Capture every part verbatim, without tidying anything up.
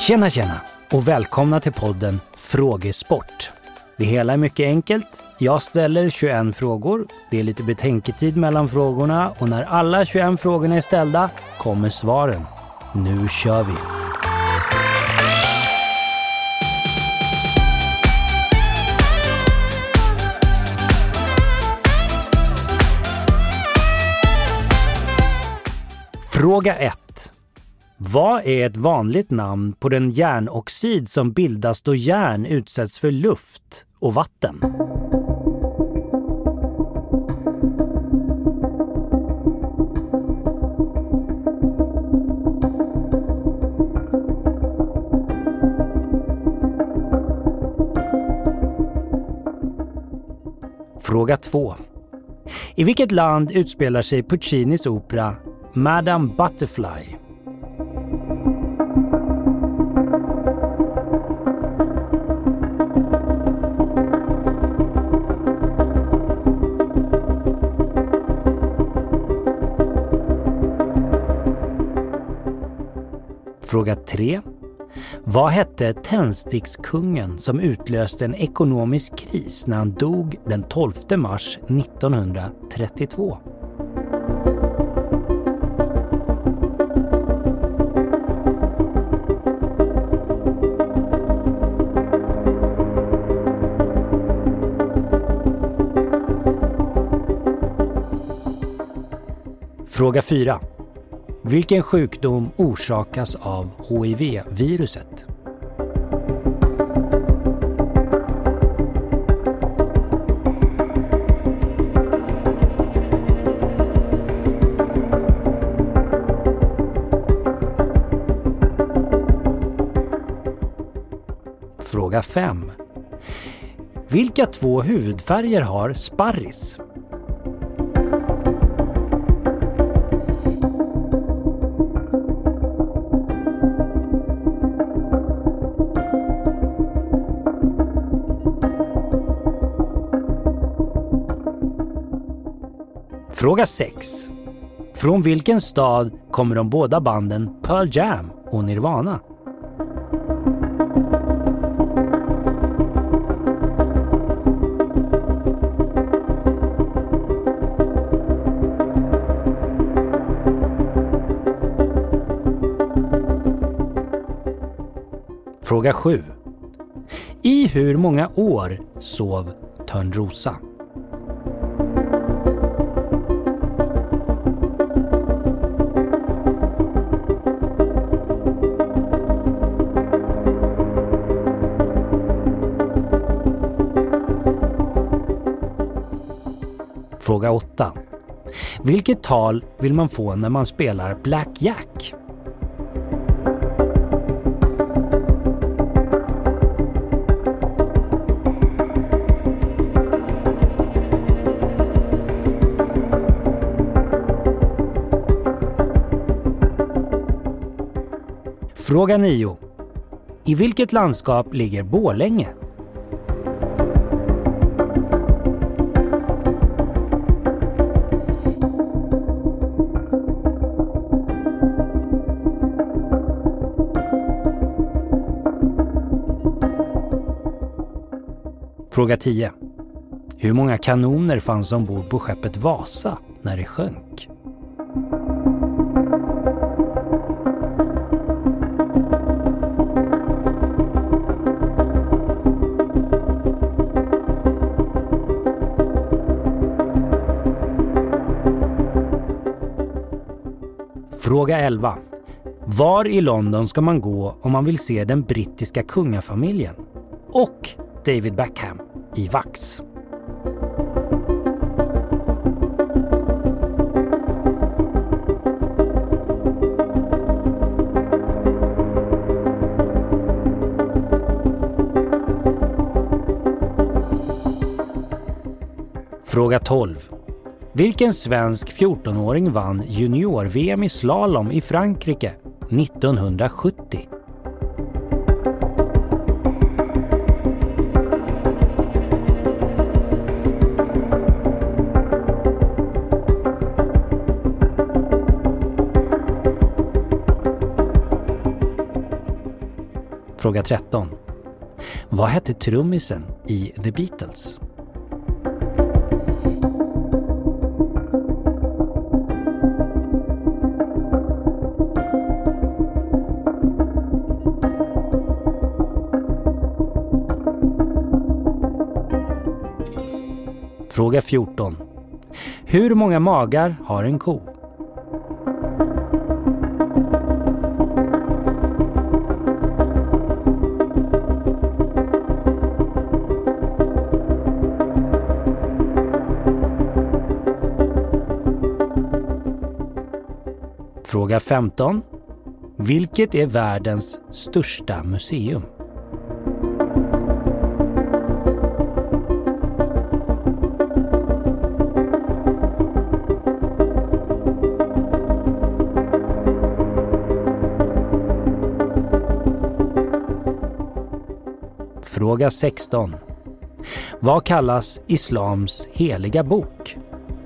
Tjena tjena och välkomna till podden Frågesport. Det hela är mycket enkelt. Jag ställer tjugoen frågor. Det är lite betänketid mellan frågorna och när alla tjugoen frågorna är ställda kommer svaren. Nu kör vi! Fråga ett. Vad är ett vanligt namn på den järnoxid som bildas då järn utsätts för luft och vatten? Fråga två. I vilket land utspelar sig Puccinis opera Madame Butterfly? Fråga tre. Vad hette tändstickskungen som utlöste en ekonomisk kris när han dog den tolfte mars nittonhundratrettiotvå? Fråga fyra. Vilken sjukdom orsakas av H I V-viruset? Fråga fem. Vilka två huvudfärger har sparris? Fråga sex. Från vilken stad kommer de båda banden Pearl Jam och Nirvana? Fråga sju. I hur många år sov Törnrosa? Fråga åtta. Vilket tal vill man få när man spelar Blackjack? Fråga nio. I vilket landskap ligger Borlänge? Fråga tio. Hur många kanoner fanns ombord på skeppet Vasa när det sjönk? Fråga elva. Var i London ska man gå om man vill se den brittiska kungafamiljen och David Beckham i vax? Fråga tolv. Vilken svensk fjortonåring vann junior-V M i slalom i Frankrike nittonhundrasjuttio? Fråga tretton. Vad hette trummisen i The Beatles? Fråga fjorton. Hur många magar har en ko? Fråga femton. Vilket är världens största museum? Fråga sexton. Vad kallas islams heliga bok?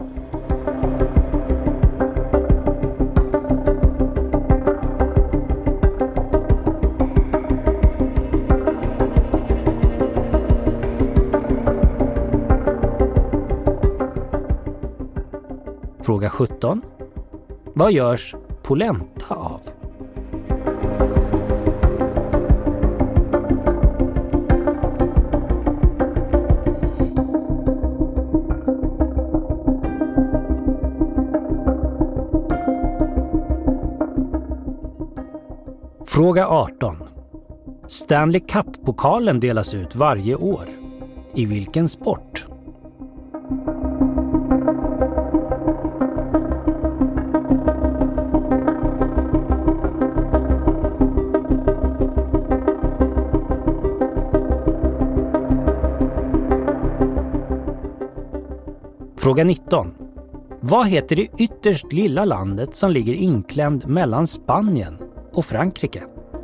Fråga sjutton. Vad görs polenta av? Fråga arton. Stanley Cup-pokalen delas ut varje år. I vilken sport? Fråga nitton. Vad heter det ytterst lilla landet som ligger inklämd mellan Spanien och Frankrike?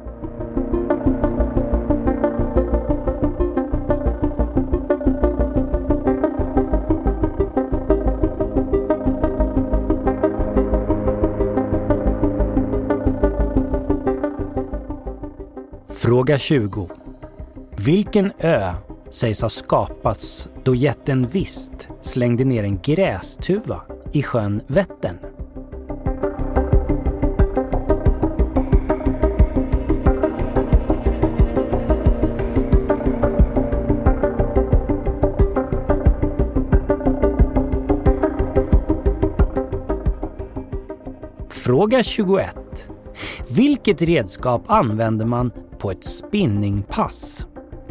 Fråga tjugo. Vilken ö sägs ha skapats då jätten Vist slängde ner en grästuva i sjön Vättern? Fråga tjugoett. Vilket redskap använder man på ett spinningpass?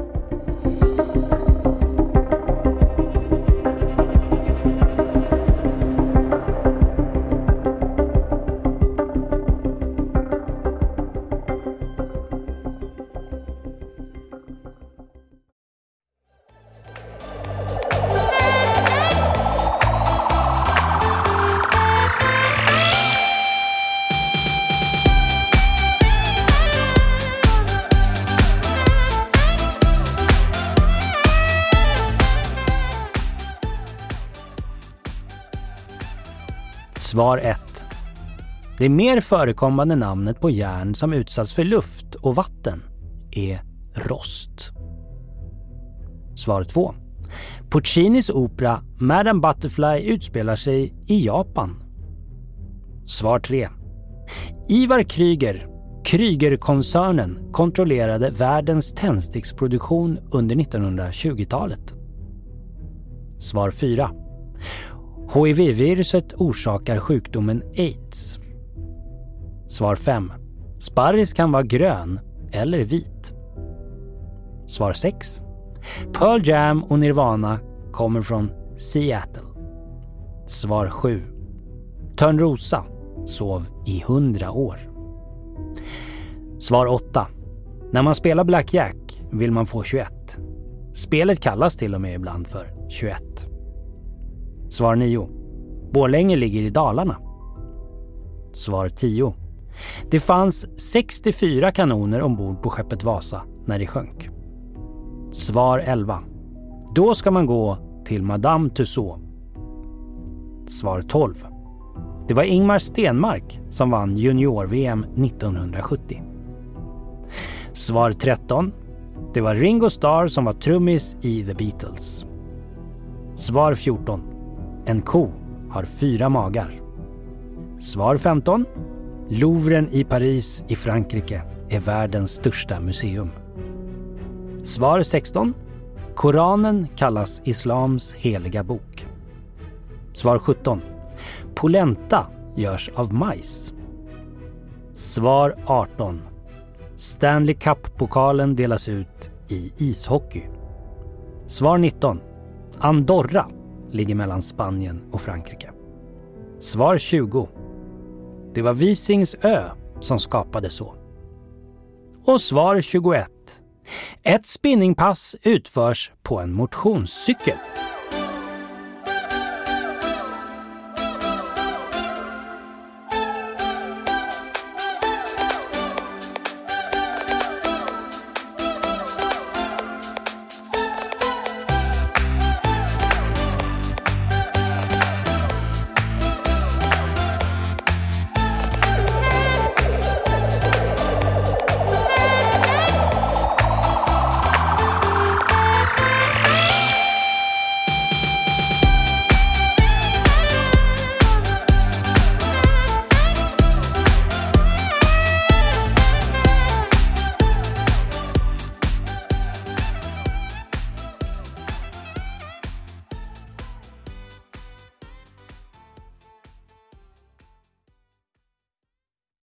Svar ett. Det mer förekommande namnet på järn som utsatts för luft och vatten är rost. Svar två. Puccinis opera Madame Butterfly utspelar sig i Japan. Svar tre. Ivar Kreuger, Kreuger-koncernen, kontrollerade världens tändsticksproduktion under nittonhundratjugotalet. Svar fyra. H I V-viruset orsakar sjukdomen AIDS. Svar fem. Sparris kan vara grön eller vit. Svar sex. Pearl Jam och Nirvana kommer från Seattle. Svar sju. Törnrosa sov i hundra år. Svar åtta. När man spelar Blackjack vill man få tjugoett. Spelet kallas till och med ibland för tjugoett. Svar nio. Borlänge ligger i Dalarna. Svar tio. Det fanns sextiofyra kanoner ombord på skeppet Vasa när det sjönk. Svar elva. Då ska man gå till Madame Tussauds. Svar tolv. Det var Ingmar Stenmark som vann junior-V M nittonhundrasjuttio. Svar tretton. Det var Ringo Starr som var trummis i The Beatles. Svar fjorton. En ko har fyra magar. Svar femton. Louvren i Paris i Frankrike är världens största museum. Svar sexton. Koranen kallas islams heliga bok. Svar sjutton. Polenta görs av majs. Svar arton. Stanley Cup-pokalen delas ut i ishockey. Svar nitton. Andorra ligger mellan Spanien och Frankrike. Svar tjugo. Det var Visings ö som skapade så. Och svar tjugoett. Ett spinningpass utförs på en motionscykel.